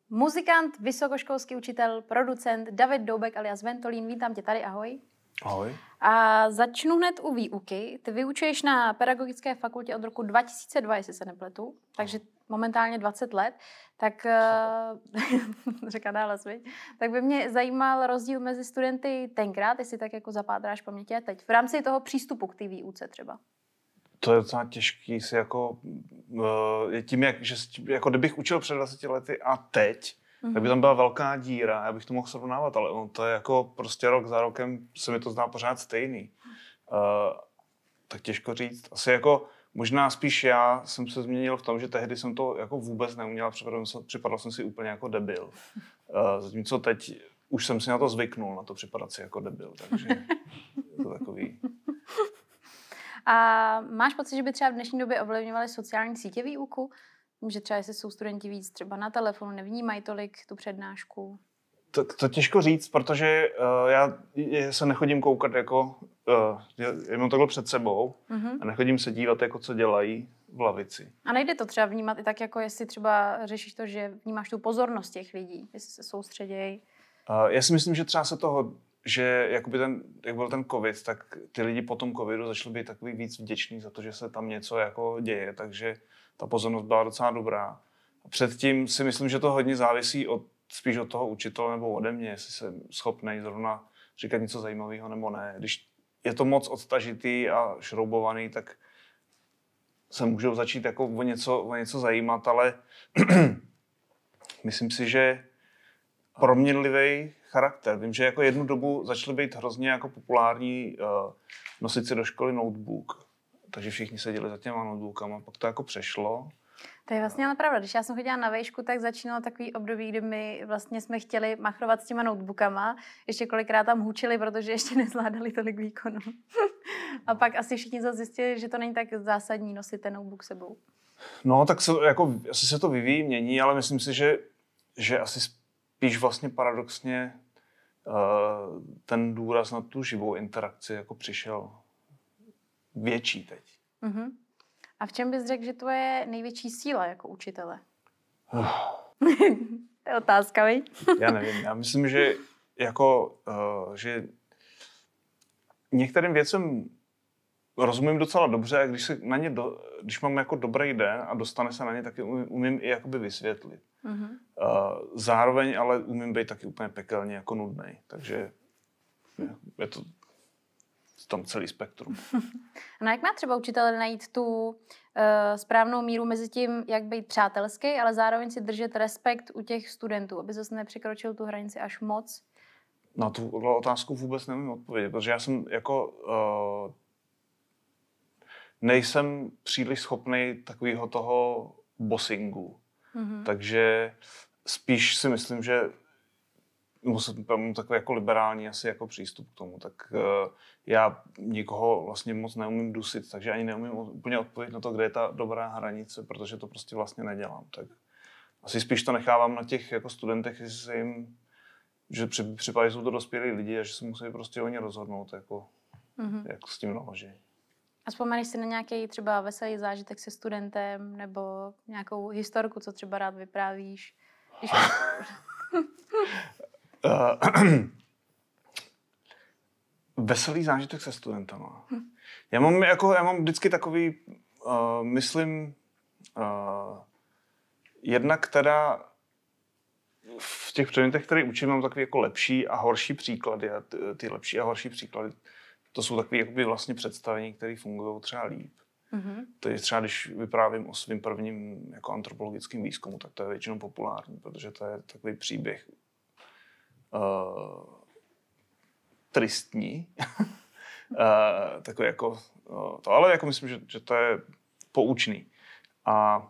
Muzikant, vysokoškolský učitel, producent David Doubek alias Ventolín. Vítám tě tady, ahoj. Ahoj. A začnu hned u výuky. Ty vyučuješ na Pedagogické fakultě od roku 2002, jestli se nepletu, takže momentálně 20 let. Tak říká dále, tak by mě zajímal rozdíl mezi studenty tenkrát, jestli tak jako zapátráš paměti a teď. V rámci toho přístupu k té výuce třeba. To je docela těžký si jako, tím, že jako kdybych učil před 20 lety a teď, tak by tam byla velká díra, já bych to mohl srovnávat, ale to je jako prostě rok za rokem se mi to zdá pořád stejný. Tak těžko říct. Asi jako možná spíš já jsem se změnil v tom, že tehdy jsem to jako vůbec neuměl, připadal jsem si úplně jako debil. Zatímco teď už jsem si na to zvyknul, na to připadat si jako debil, takže je to takový. A máš pocit, že by třeba v dnešní době ovlivňovaly sociální sítě výuku? Že třeba jestli jsou studenti víc třeba na telefonu, nevnímají tolik tu přednášku? To těžko říct, protože já se nechodím koukat jako, já mám takhle před sebou a nechodím se dívat, jako co dělají v lavici. A nejde to třeba vnímat i tak, jako jestli třeba řešíš to, že vnímáš tu pozornost těch lidí, jestli se soustředějí? Já si myslím, že třeba se toho, že jakoby jak byl ten covid, tak ty lidi po tom covidu začali být takový víc vděční za to, že se tam něco jako děje, takže ta pozornost byla docela dobrá. A předtím si myslím, že to hodně závisí spíš od toho učitele nebo ode mě, jestli jsem schopný zrovna říkat něco zajímavého nebo ne. Když je to moc odtažitý a šroubovaný, tak se můžou začít jako o něco zajímat, ale myslím si, že proměnlivý charakter. Vím, že jako jednu dobu začaly být hrozně jako populární nosit si do školy notebook. Takže všichni seděli za těma notebookama, pak to jako přešlo. To je vlastně ale pravda. Když já jsem chodila na vejšku, tak začínalo takový období, kdy my vlastně jsme chtěli machrovat s těma notebookama. Ještě kolikrát tam hučili, protože ještě nezvládali tolik výkonů. A pak asi všichni zjistili, že to není tak zásadní nosit ten notebook sebou. No, tak asi se to vyvíjí, mění, ale myslím si, že asi spíš vlastně paradoxně ten důraz na tu živou interakci jako přišel větší teď. Uh-huh. A v čem bys řekl, že to je největší síla jako učitele? To je otázka, viď? Já nevím, já myslím, že že některým věcem rozumím docela dobře a když mám jako dobrý den a dostane se na ně, tak umím i jakoby vysvětlit. Uh-huh. Zároveň ale umím být taky úplně pekelně jako nudnej, takže je to tam celý spektrum. No jak má třeba učitel najít tu správnou míru mezi tím, jak být přátelský, ale zároveň si držet respekt u těch studentů, aby zase nepřekročil tu hranici až moc? Na tu otázku vůbec nevím odpovědět, protože já jsem nejsem příliš schopný takového toho bossingu. Mm-hmm. Takže spíš si myslím, že mám takový jako liberální asi jako přístup k tomu, tak já nikoho vlastně moc neumím dusit, takže ani neumím úplně odpovědět na to, kde je ta dobrá hranice, protože to prostě vlastně nedělám. Tak asi spíš to nechávám na těch jako studentech, jestli se jim, že případně jsou to dospělí lidi a že se musí prostě oni rozhodnout, jako, jak s tím naloží. A vzpomeneš si na nějaký třeba veselý zážitek se studentem nebo nějakou historku, co třeba rád vyprávíš? Veselý zážitek se studentama. Já mám vždycky takový, myslím, jedna, která v těch předmětech, které učím, mám takový jako lepší a horší příklady. A ty lepší a horší příklady, to jsou takové jakoby vlastně představení, které fungují třeba líp. Mm-hmm. To je třeba, když vyprávím o svým prvním jako antropologickým výzkumu, tak to je většinou populární, protože to je takový příběh tristní. Takový jako to, ale jako myslím, že to je poučný. A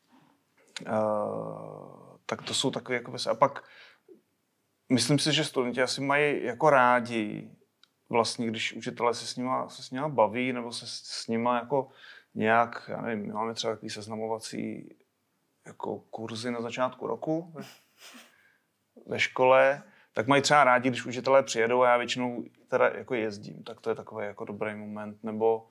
tak to jsou takové jako a pak myslím si, že studenti asi mají jako rádi vlastně, když učitelé se s nima baví, nebo se s nima jako nějak, já nevím, my máme třeba takový seznamovací jako kurzy na začátku roku ve škole, tak mají třeba rádi, když učitelé přijedou a já většinou teda jako jezdím, tak to je takový jako dobrý moment, nebo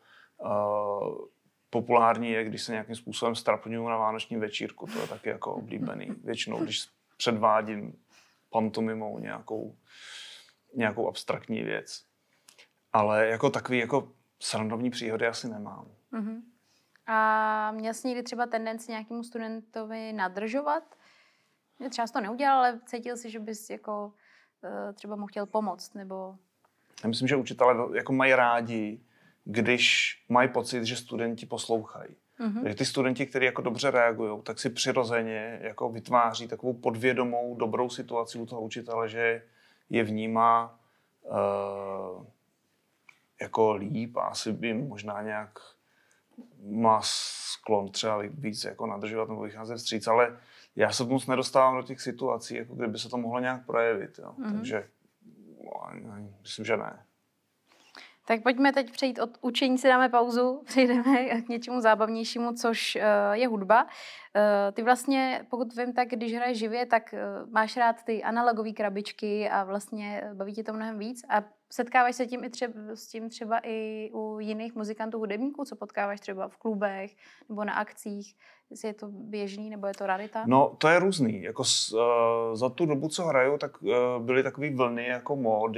populární je, když se nějakým způsobem strapňuju na vánoční večírku, to je taky jako oblíbený. Většinou, když předvádím pantomimou nějakou abstraktní věc. Ale jako takový jako srandovní příhody asi nemám. Uh-huh. A měl jsi někdy třeba tendenci nějakému studentovi nadržovat? Třeba jsi to neudělal, ale cítil jsi, že bys jako třeba mu chtěl pomoct, nebo... Já myslím, že učitelé jako mají rádi, když mají pocit, že studenti poslouchají. Mm-hmm. Takže ty studenti, kteří jako dobře reagují, tak si přirozeně jako vytváří takovou podvědomou, dobrou situaci u toho učitele, že je vnímá jako líp a asi by možná nějak má sklon třeba víc jako nadržovat nebo vycházet vstříc, ale já se moc nedostávám do těch situací, jako kdyby se to mohlo nějak projevit. Jo. Mm-hmm. Takže myslím, že ne. Tak pojďme teď přejít od učení, si dáme pauzu, přejdeme k něčemu zábavnějšímu, což je hudba. Ty vlastně, pokud vím, tak když hraješ živě, tak máš rád ty analogové krabičky a vlastně baví tě to mnohem víc. A setkáváš se s tím třeba i u jiných muzikantů, hudebníků, co potkáváš třeba v klubech nebo na akcích? Jestli je to běžný nebo je to rarita? No, to je různý. Jako za tu dobu, co hraju, tak byly takové vlny jako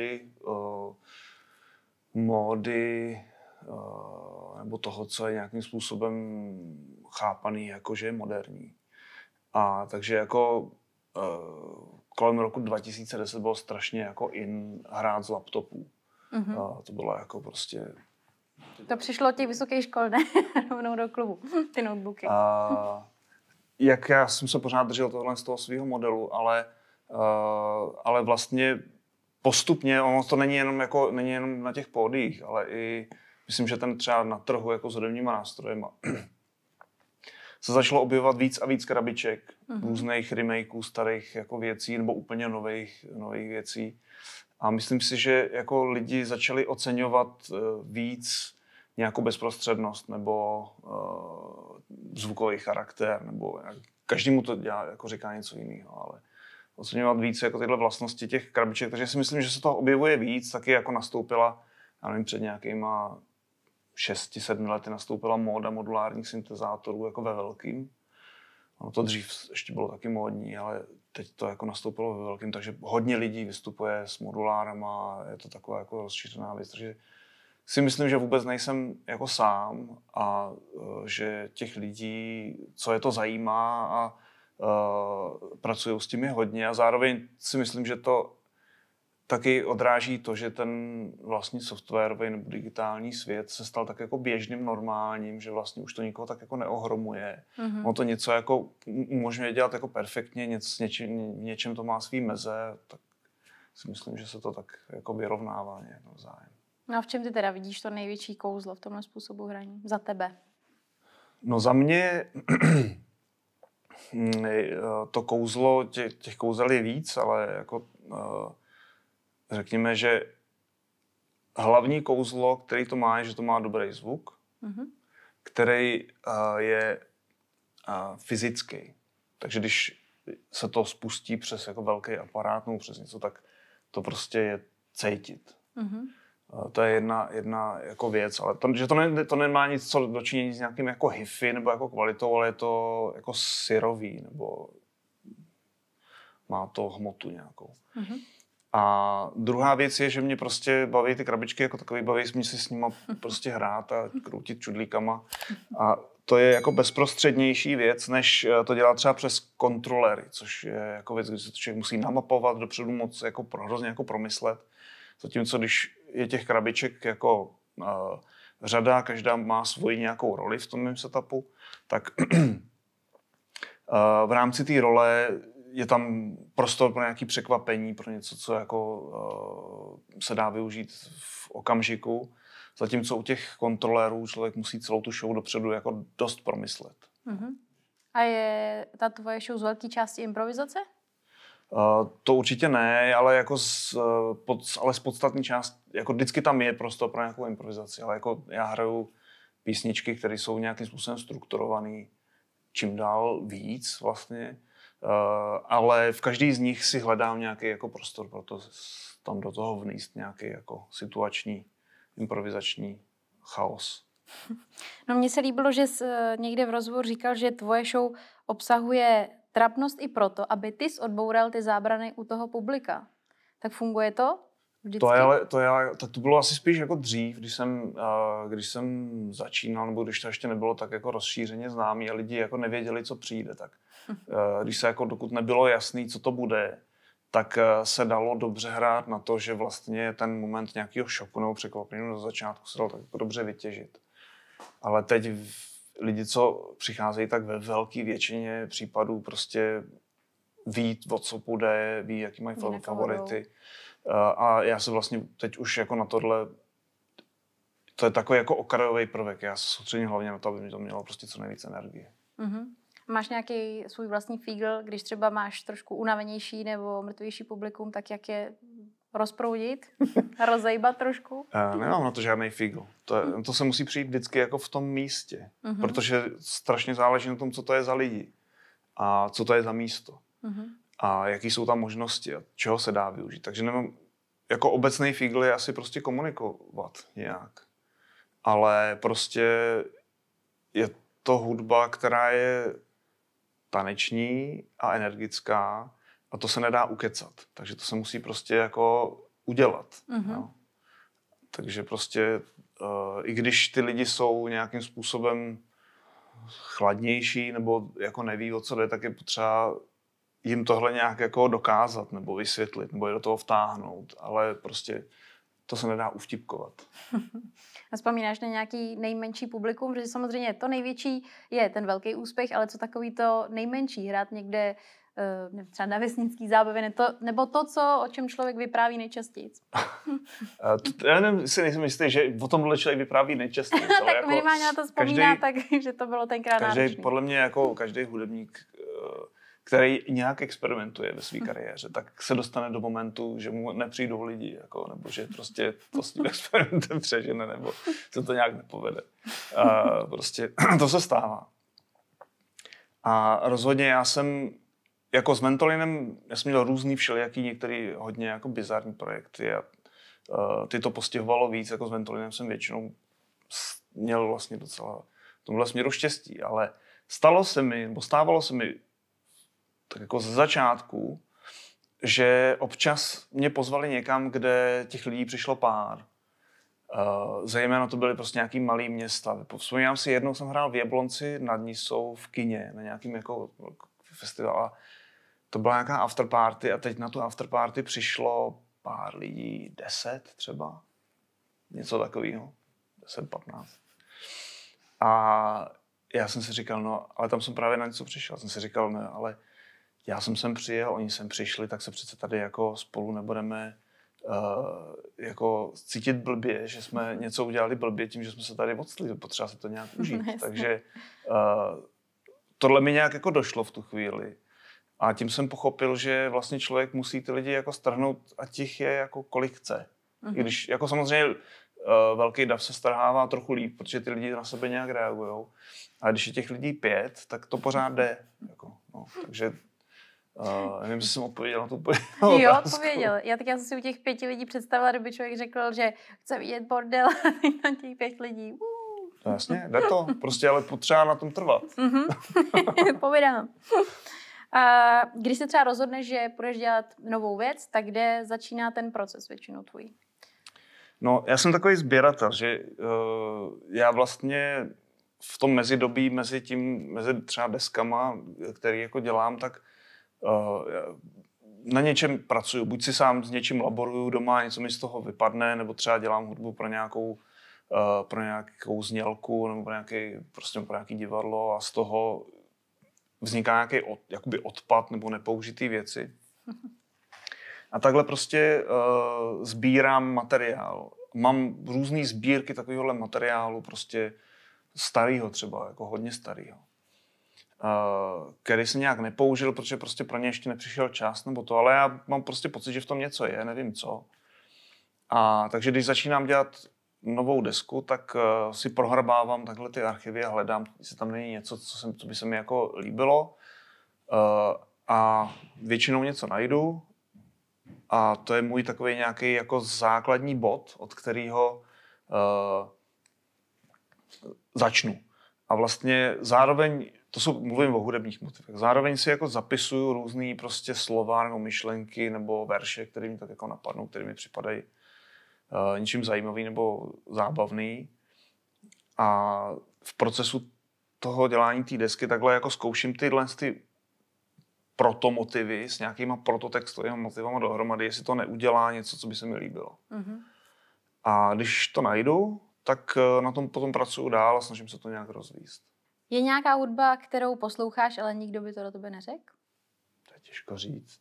módy nebo toho, co je nějakým způsobem chápaný, jako že je moderní. A takže jako kolem roku 2010 bylo strašně jako in hrát z laptopů. Mm-hmm. To bylo jako prostě... To přišlo od těch vysokých škol, ne? Rovnou do klubu, ty notebooky. Jak já jsem se pořád držel tohle z toho svého modelu, ale vlastně postupně, ono to není jenom na těch pódiích, ale i myslím, že ten třeba na trhu jako s hudebníma nástrojema se začalo objevovat víc a víc krabiček, různých remakeů starých jako věcí nebo úplně nových věcí. A myslím si, že jako lidi začali oceňovat víc nějakou bezprostřednost nebo zvukový charakter, nebo každému to dělá, jako říká něco jiného, ale oceňovat víc jako tyhle vlastnosti těch krabiček, takže si myslím, že se toho objevuje víc, taky jako nastoupila, já nevím, před nějakýma 6-7 lety nastoupila móda modulárních syntezátorů jako ve velkým. Ono to dřív ještě bylo taky módní, ale teď to jako nastoupilo ve velkým, takže hodně lidí vystupuje s modulárama, je to taková jako rozšířená věc, takže si myslím, že vůbec nejsem jako sám a že těch lidí, co je to zajímá a pracují s tím je hodně a zároveň si myslím, že to taky odráží to, že ten vlastně softwarový nebo digitální svět se stal tak jako běžným, normálním, že vlastně už to nikoho tak jako neohromuje. Mm-hmm. Ono to něco jako umožňuje dělat jako perfektně, v něčem to má svý meze, tak si myslím, že se to tak jako vyrovnává nějak navzájem. No a v čem ty teda vidíš to největší kouzlo v tomhle způsobu hraní? Za tebe? No za mě to kouzlo, těch kouzel je víc, ale jako řekněme, že hlavní kouzlo, který to má, je, že to má dobrý zvuk, který je fyzický. Takže když se to spustí přes jako velký aparát nebo přes něco, tak to prostě je cítit. To je jedna jako věc, ale to nemá nic co dočinění s nějakým jako hi-fi nebo jako kvalitou, ale je to jako syrový nebo má to hmotu nějakou. A druhá věc je, že mě prostě baví ty krabičky jako takový, baví mě si s nima prostě hrát a kroutit čudlíkama. A to je jako bezprostřednější věc, než to dělat třeba přes kontrolery, což je jako věc, kdy se to člověk musí namapovat, dopředu moc jako hrozně jako promyslet. Zatímco když je těch krabiček jako řada, každá má svoji nějakou roli v tom mém setupu, tak v rámci té role je tam prostor pro nějaké překvapení, pro něco, co jako se dá využít v okamžiku. Zatímco u těch kontrolérů člověk musí celou tu show dopředu jako dost promyslet. A je ta tvoje show z velké části improvizace? To určitě ne, ale jako z podstatní část, jako vždycky tam je prostor pro nějakou improvizaci, ale jako já hraju písničky, které jsou nějakým způsobem strukturované čím dál víc vlastně, ale v každý z nich si hledám nějaký jako prostor pro to tam do toho vníst nějaký jako situační, improvizační chaos. No mně se líbilo, že jsi někde v rozhovoru říkal, že tvoje show obsahuje trapnost i proto, aby ty jsi odboural ty zábrany u toho publika. Tak funguje to vždycky? To bylo asi spíš jako dřív, když jsem začínal, nebo když to ještě nebylo tak jako rozšířeně známý a lidi jako nevěděli, co přijde. Tak když se jako dokud nebylo jasný, co to bude, tak se dalo dobře hrát na to, že vlastně ten moment nějakého šoku nebo překvapení na začátku se dal tak jako dobře vytěžit. Ale teď lidi, co přicházejí, tak ve velké většině případů prostě ví, o co půjde, ví, jaký mají favority. A já se vlastně teď už jako na tohle, to je takový jako okrajový prvek. Já se soustředím hlavně na to, aby mi to mělo prostě co nejvíc energie. Mm-hmm. Máš nějaký svůj vlastní fígl, když třeba máš trošku unavenější nebo mrtvější publikum, tak jak je rozproudit, rozejbat trošku? Nemám na to žádný fígl. To se musí přijít vždycky jako v tom místě, protože strašně záleží na tom, co to je za lidi a co to je za místo. A jaký jsou tam možnosti a čeho se dá využít. Takže nemám, jako obecný fígl je asi prostě komunikovat nějak. Ale prostě je to hudba, která je taneční a energická a to se nedá ukecat. Takže to se musí prostě jako udělat. Jo. Takže prostě i když ty lidi jsou nějakým způsobem chladnější nebo jako neví, o co jde, tak je potřeba jim tohle nějak jako dokázat nebo vysvětlit nebo je do toho vtáhnout, ale prostě to se nedá uvtipkovat. A vzpomínáš na nějaký nejmenší publikum, protože samozřejmě to největší je ten velký úspěch, ale co takový to nejmenší, hrát někde třeba na vesnický zábavě, nebo to, o čem člověk vypráví nejčastěji? Já nejsem jistý, že o tomhle člověk vypráví nejčastěji. Tak jako minimálně na to vzpomíná, takže to bylo tenkrát náročný. Podle mě jako každý hudebník, který nějak experimentuje ve své kariéře, tak se dostane do momentu, že mu nepřijdou lidi, jako, nebo že prostě to s tím experimentem přežene, nebo se to nějak nepovede. Prostě to se stává. A rozhodně já jsem jako s Ventolinem, já jsem měl různý všelijaký, některý hodně jako bizarní projekty a ty to postihovalo víc, jako s Ventolinem jsem většinou měl vlastně docela v tomhle směru štěstí, ale stávalo se mi tak jako ze začátku, že občas mě pozvali někam, kde těch lidí přišlo pár. Zejména to byly prostě nějaký malý města. Vzpomínám si, jednou jsem hrál v Jablonci nad Nisou v kině na nějakým jako festivalu. To byla nějaká afterparty a teď na tu afterparty přišlo pár lidí, 10 třeba. Něco takového. 10-15. A já jsem si říkal, no, ale tam jsem právě na něco přišel. Jsem si říkal, no, ale já jsem sem přijel, oni sem přišli, tak se přece tady jako spolu nebudeme jako cítit blbě, že jsme něco udělali blbě tím, že jsme se tady odstli, potřeba se to nějak užít. Takže tohle mi nějak jako došlo v tu chvíli. A tím jsem pochopil, že vlastně člověk musí ty lidi jako strhnout a těch je jako kolik chce. I když jako samozřejmě velký dav se strhává trochu líp, protože ty lidi na sebe nějak reagujou. A když je těch lidí 5, tak to pořád jde. Jako, no, takže nevím, jestli jsem odpověděl na tu otázku. Jo, odpověděl. Já jsem si u těch 5 lidí představila, kdyby člověk řekl, že chce vidět bordel a na těch 5 lidí. No jasně, jde to. Prostě ale potřeba na tom trvat. Povídám. Když se třeba rozhodneš, že půjdeš dělat novou věc, tak kde začíná ten proces většinou tvůj? No, já jsem takový sběratel, že já vlastně v tom mezidobí mezi třeba deskama, který jako dělám, tak na něčem pracuju. Buď si sám s něčím laboruju doma, něco mi z toho vypadne, nebo třeba dělám hudbu pro nějakou znělku nebo pro nějaké divadlo a z toho vzniká nějaký jakoby odpad nebo nepoužitý věci. A takhle prostě sbírám materiál. Mám různý sbírky takovéhohle materiálu, prostě starýho třeba, jako hodně starýho. Který jsem nějak nepoužil, protože prostě pro ně ještě nepřišel čas nebo to, ale já mám prostě pocit, že v tom něco je, nevím co. A takže když začínám dělat novou desku, tak si prohrabávám takhle ty archivy a hledám, jestli tam není něco, co by se mi jako líbilo. A většinou něco najdu. A to je můj takový nějaký jako základní bod, od kterého začnu. A vlastně zároveň mluvím o hudebních motivech. Zároveň si jako zapisuju různý prostě slova nebo myšlenky nebo verše, které mi tak jako napadnou, které mi připadají něčím zajímavý nebo zábavný. A v procesu toho dělání té desky takhle jako zkouším tyhle ty protomotivy s nějakýma prototextovými motivama dohromady, jestli to neudělá něco, co by se mi líbilo. Mm-hmm. A když to najdu, tak na tom potom pracuju dál a snažím se to nějak rozvíjet. Je nějaká hudba, kterou posloucháš, ale nikdo by to do tebe neřekl? To je těžko říct.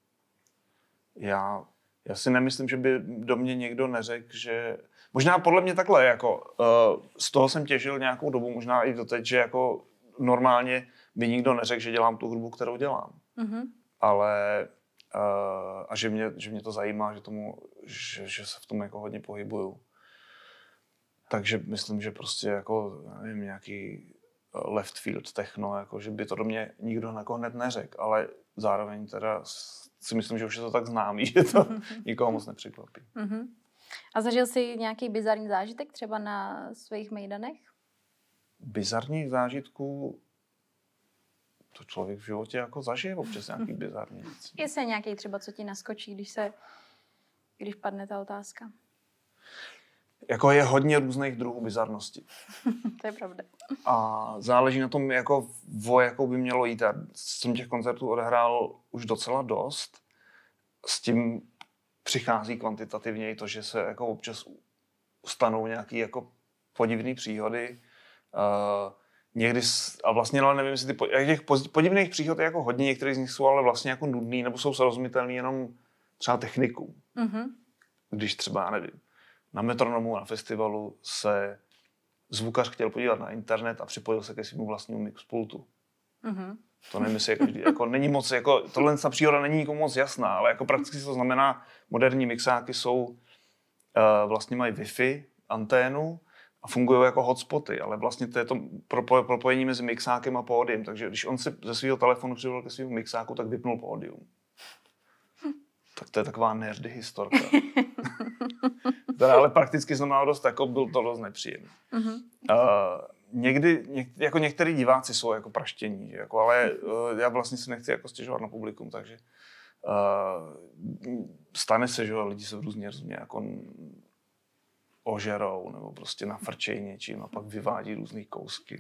Já si nemyslím, že by do mě někdo neřekl, že... Možná podle mě takhle, jako z toho jsem těžil nějakou dobu, možná i doteď, že jako normálně by nikdo neřekl, že dělám tu hudbu, kterou dělám. Mm-hmm. Ale a že mě to zajímá, že se v tom jako hodně pohybuju. Takže myslím, že prostě jako, nevím, nějaký left field techno, jako, že by to do mě nikdo hned neřekl, ale zároveň teda si myslím, že už je to tak známý, že to nikoho moc nepřekvapí. Mm-hmm. A zažil jsi nějaký bizarní zážitek třeba na svých mejdanech? Bizarních zážitků to člověk v životě jako zažije občas nějaký bizarní věc. Jestli nějaký třeba, co ti naskočí, když padne ta otázka? Jako je hodně různých druhů bizarností. To je pravda. A záleží na tom, jako o jakou by mělo jít. Já jsem těch koncertů odehrál už docela dost. S tím přichází kvantitativně i to, že se jako občas stanou nějaké jako podivné příhody. Někdy, a vlastně ale nevím, jestli těch podivných příhod je jako hodně, některé z nich jsou ale vlastně jako nudný nebo jsou srozumitelný jenom třeba technikům. Mm-hmm. Když třeba, já nevím, na Metronomu, na festivalu se zvukař chtěl podívat na internet a připojil se ke svému vlastnímu mixpultu. Mm-hmm. To nevím, jestli je každý, jako není moc, jako tohle ta příhoda není nikomu moc jasná, ale jako prakticky to znamená, moderní mixáky jsou, vlastně mají Wi-Fi anténu a fungují jako hotspoty, ale vlastně to je to propojení mezi mixákem a pódiem, takže když on si ze svého telefonu připojil ke svému mixáku, tak vypnul pódium. Tak to je taková nerdy historka. Teda, ale prakticky znamená dost, jako byl to dost nepříjemný. Mm-hmm. Jako některý diváci jsou jako praštění, jako, ale já vlastně si nechci jako stěžovat na publikum, takže stane se, že lidi se různě jako ožerou nebo prostě nafrčejí něčím a pak vyvádí různý kousky.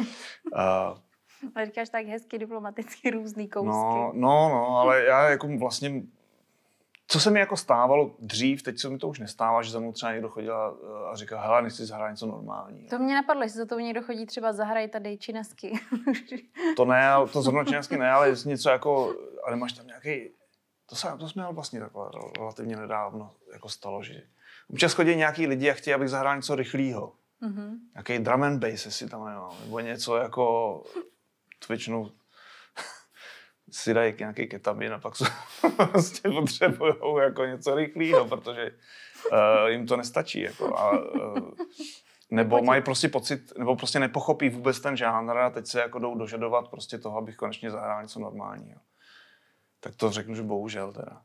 Ale říkáš tak hezky diplomaticky různý kousky. No, ale já jako vlastně co se mi jako stávalo dřív, teď se mi to už nestává, že za mnou třeba někdo chodil a říkal, hele, nechci zahrát něco normální. To mě napadlo, jestli za to někdo chodí třeba zahraj tady činesky. To ne, to zrovna činesky ne, ale jestli něco jako, ale máš tam nějaký, to se mi vlastně takhle relativně nedávno jako stalo, že občas chodí nějaký lidi a chtějí, abych zahrál něco rychlýho. Mm-hmm. Nějaký drum and bass, jestli tam nemám, nebo něco jako většinou si dají nějaký ketamin a pak se prostě potřebujou jako něco rychlého, protože jim to nestačí. Jako, nebo mají prostě pocit, nebo prostě nepochopí vůbec ten žánr a teď se jako jdou dožadovat prostě toho, abych konečně zahrál něco normálního. Tak to řeknu, že bohužel teda.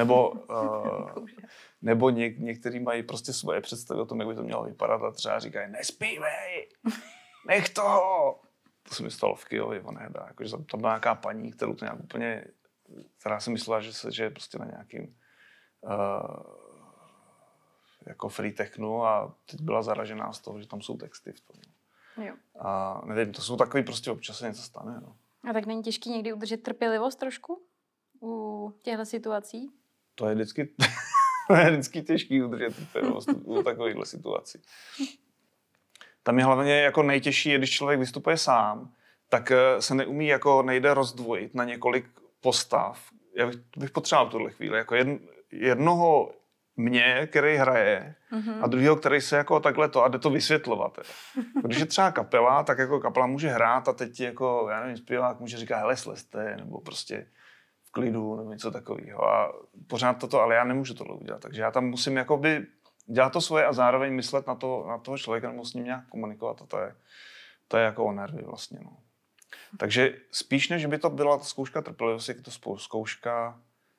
Nebo někteří mají prostě svoje představy o tom, jak by to mělo vypadat a třeba říkají, nespívej, nech toho. To se mi stalo v Kyjově, jakože tam byla nějaká paní, kterou to nějak úplně, která si myslela, že je prostě na nějakým jako free technu a teď byla zaražená z toho, že tam jsou texty v tom. Jo. A nevím, to jsou takový prostě občas se něco stane. No. A tak není těžký někdy udržet trpělivost trošku u těchto situací? To je vždycky těžký udržet trpělivost u takovýchhle situací. Tam je hlavně jako nejtěžší, když člověk vystupuje sám, tak se neumí, jako nejde rozdvojit na několik postav. Já bych potřeboval v tuhle chvíli jako jednoho mě, který hraje, a druhého, který se jako takhle to a jde to vysvětlovat. Když je třeba kapela, tak jako kapela může hrát a teď jako, já nevím, zpěvák může říkat, hele, slezte, nebo prostě v klidu, nebo něco takového. A pořád toto, ale já nemůžu tohle udělat. Takže já tam musím jakoby dělat to svoje a zároveň myslet na toho člověka nebo s ním nějak komunikovat a to je jako o nervy vlastně. No. Takže spíš než by to byla ta zkouška trpělivosti, je to zkouška,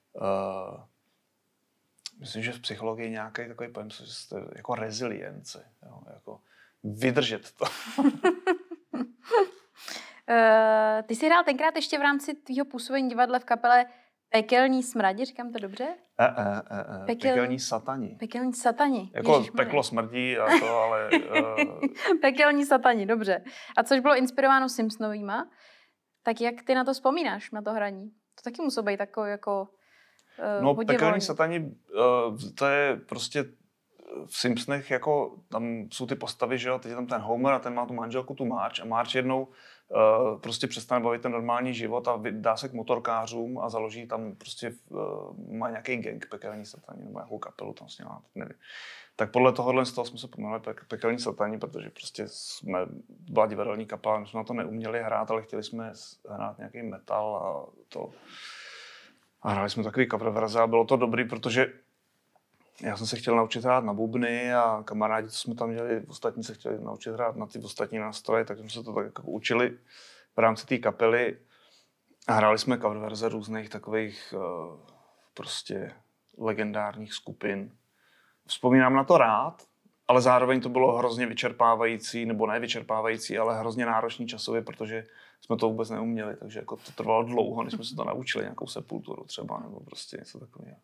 myslím, že v psychologii nějaký takový pojem, že jste jako rezilience, jo, jako vydržet to. Ty jsi hrál tenkrát ještě v rámci tvýho působení divadla v kapele Pekelní smradi, říkám to dobře? Pekelní satani. Pekelní satani. Jako peklo smrdí a to, ale... Pekelní satani, dobře. A což bylo inspirováno Simpsonovýma, tak jak ty na to vzpomínáš, na to hraní? To taky muselo být takový jako no, Pekelní satani, to je prostě v Simpsonech, jako tam jsou ty postavy, že jo, teď je tam ten Homer a ten má tu manželku, tu Marge a Marge jednou prostě přestane bavit ten normální život a dá se k motorkářům a založí tam prostě, má nějaký gang Pekelní satani nebo nějakou kapelu tam s něma, nevím. Tak podle tohohle z toho jsme se pomenovali Pekelní satani, protože prostě byla divadelní kapela, my jsme na to neuměli hrát, ale chtěli jsme hrát nějaký metal a to. A hráli jsme takový cover verze a bylo to dobrý, protože já jsem se chtěl naučit hrát na bubny a kamarádi, co jsme tam měli, ostatní se chtěli naučit hrát na ty ostatní nástroje, tak jsme se to tak jako učili v rámci té kapely a hráli jsme cover verze různých takových prostě legendárních skupin. Vzpomínám na to rád, ale zároveň to bylo hrozně vyčerpávající, nebo ne vyčerpávající, ale hrozně náročný časově, protože jsme to vůbec neuměli, takže jako to trvalo dlouho, než jsme se to naučili, nějakou Sepulturu třeba, nebo prostě něco takového.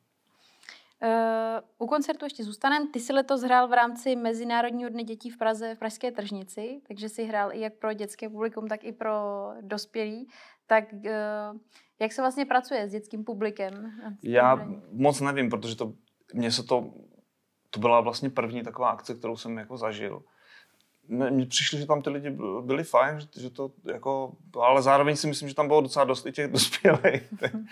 U koncertu ještě zůstaneme. Ty jsi letos hrál v rámci Mezinárodního dne dětí v Praze v Pražské tržnici, takže jsi hrál i jak pro dětské publikum, tak i pro dospělí. Tak jak se vlastně pracuje s dětským publikem? Já moc nevím, protože to byla vlastně první taková akce, kterou jsem jako zažil. Mně přišlo, že tam ty lidi byli fajn, že to jako, ale zároveň si myslím, že tam bylo docela dost i těch dospělých.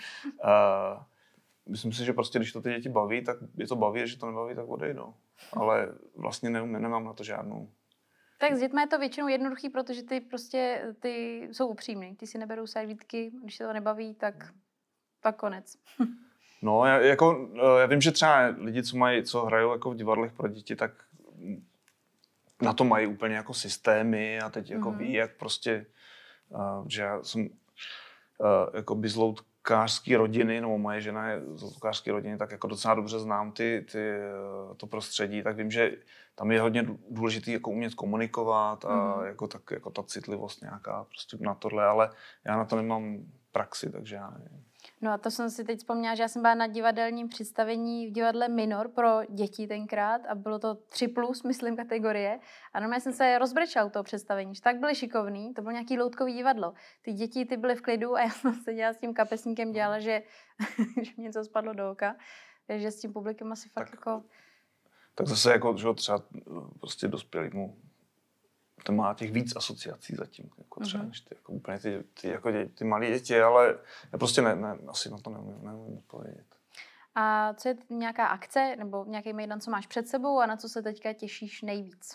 Myslím si, že prostě, když to ty děti baví, tak je to baví, a že to nebaví, tak odejdou. Ale vlastně nemám na to žádnou. Tak s dětmi je to většinou jednoduchý, protože ty jsou upřímný. Ty si neberou sážítky, když se to nebaví, tak konec. No, já vím, že třeba lidi, co hrajou jako v divadlech pro děti, tak na to mají úplně jako systémy a teď jako ví, jak prostě, že já jsem jako byzloutkářský rodiny, nebo moje žena je z loutkářské rodiny, tak jako docela dobře znám to prostředí, tak vím, že tam je hodně důležité jako umět komunikovat a jako ta citlivost nějaká prostě na tohle, ale já na to nemám praxi, takže já nevím. No a to jsem si teď vzpomněla, že já jsem byla na divadelním představení v divadle Minor pro děti tenkrát a bylo to 3+, myslím, kategorie. A normálně jsem se rozbrečela u toho představení, že tak byli šikovný, to bylo nějaký loutkový divadlo. Ty děti, ty byly v klidu a já jsem se dělala s tím kapesníkem, dělala, že mi něco spadlo do oka. Takže s tím publikem asi fakt jako... Tak zase jako, že třeba prostě dospělýmu, to má těch víc asociací zatím, jako třeba než ty, jako úplně ty malé děti, ale já prostě asi na to neumím odpovědět. A co je nějaká akce nebo nějaký mejdan, co máš před sebou a na co se teďka těšíš nejvíc?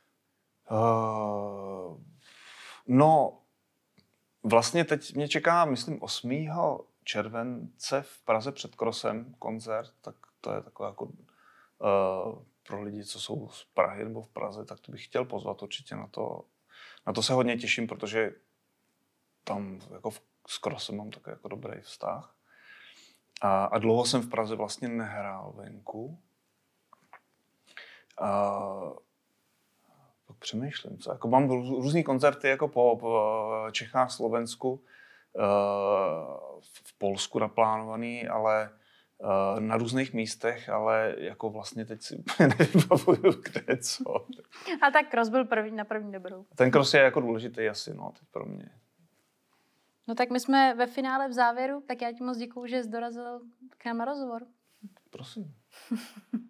No, vlastně teď mě čeká, myslím, 8. července v Praze před Krosem koncert, tak to je takové jako pro lidi, co jsou z Prahy nebo v Praze, tak to bych chtěl pozvat určitě na to. Na to se hodně těším, protože tam jako s Krosem mám takový jako dobrý vztah. A dlouho jsem v Praze vlastně nehrál venku. Tak přemýšlím, co. Jako mám různý koncerty jako po Čechách, Slovensku, v Polsku naplánovaný, ale na různých místech, ale jako vlastně teď si nevybavuju, kde co. A tak Kros byl na první dobrou. Ten Kros je jako důležitý asi, no, teď pro mě. No tak my jsme ve finále v závěru, tak já ti moc děkuju, že jsi dorazil k nám na rozhovor. Prosím.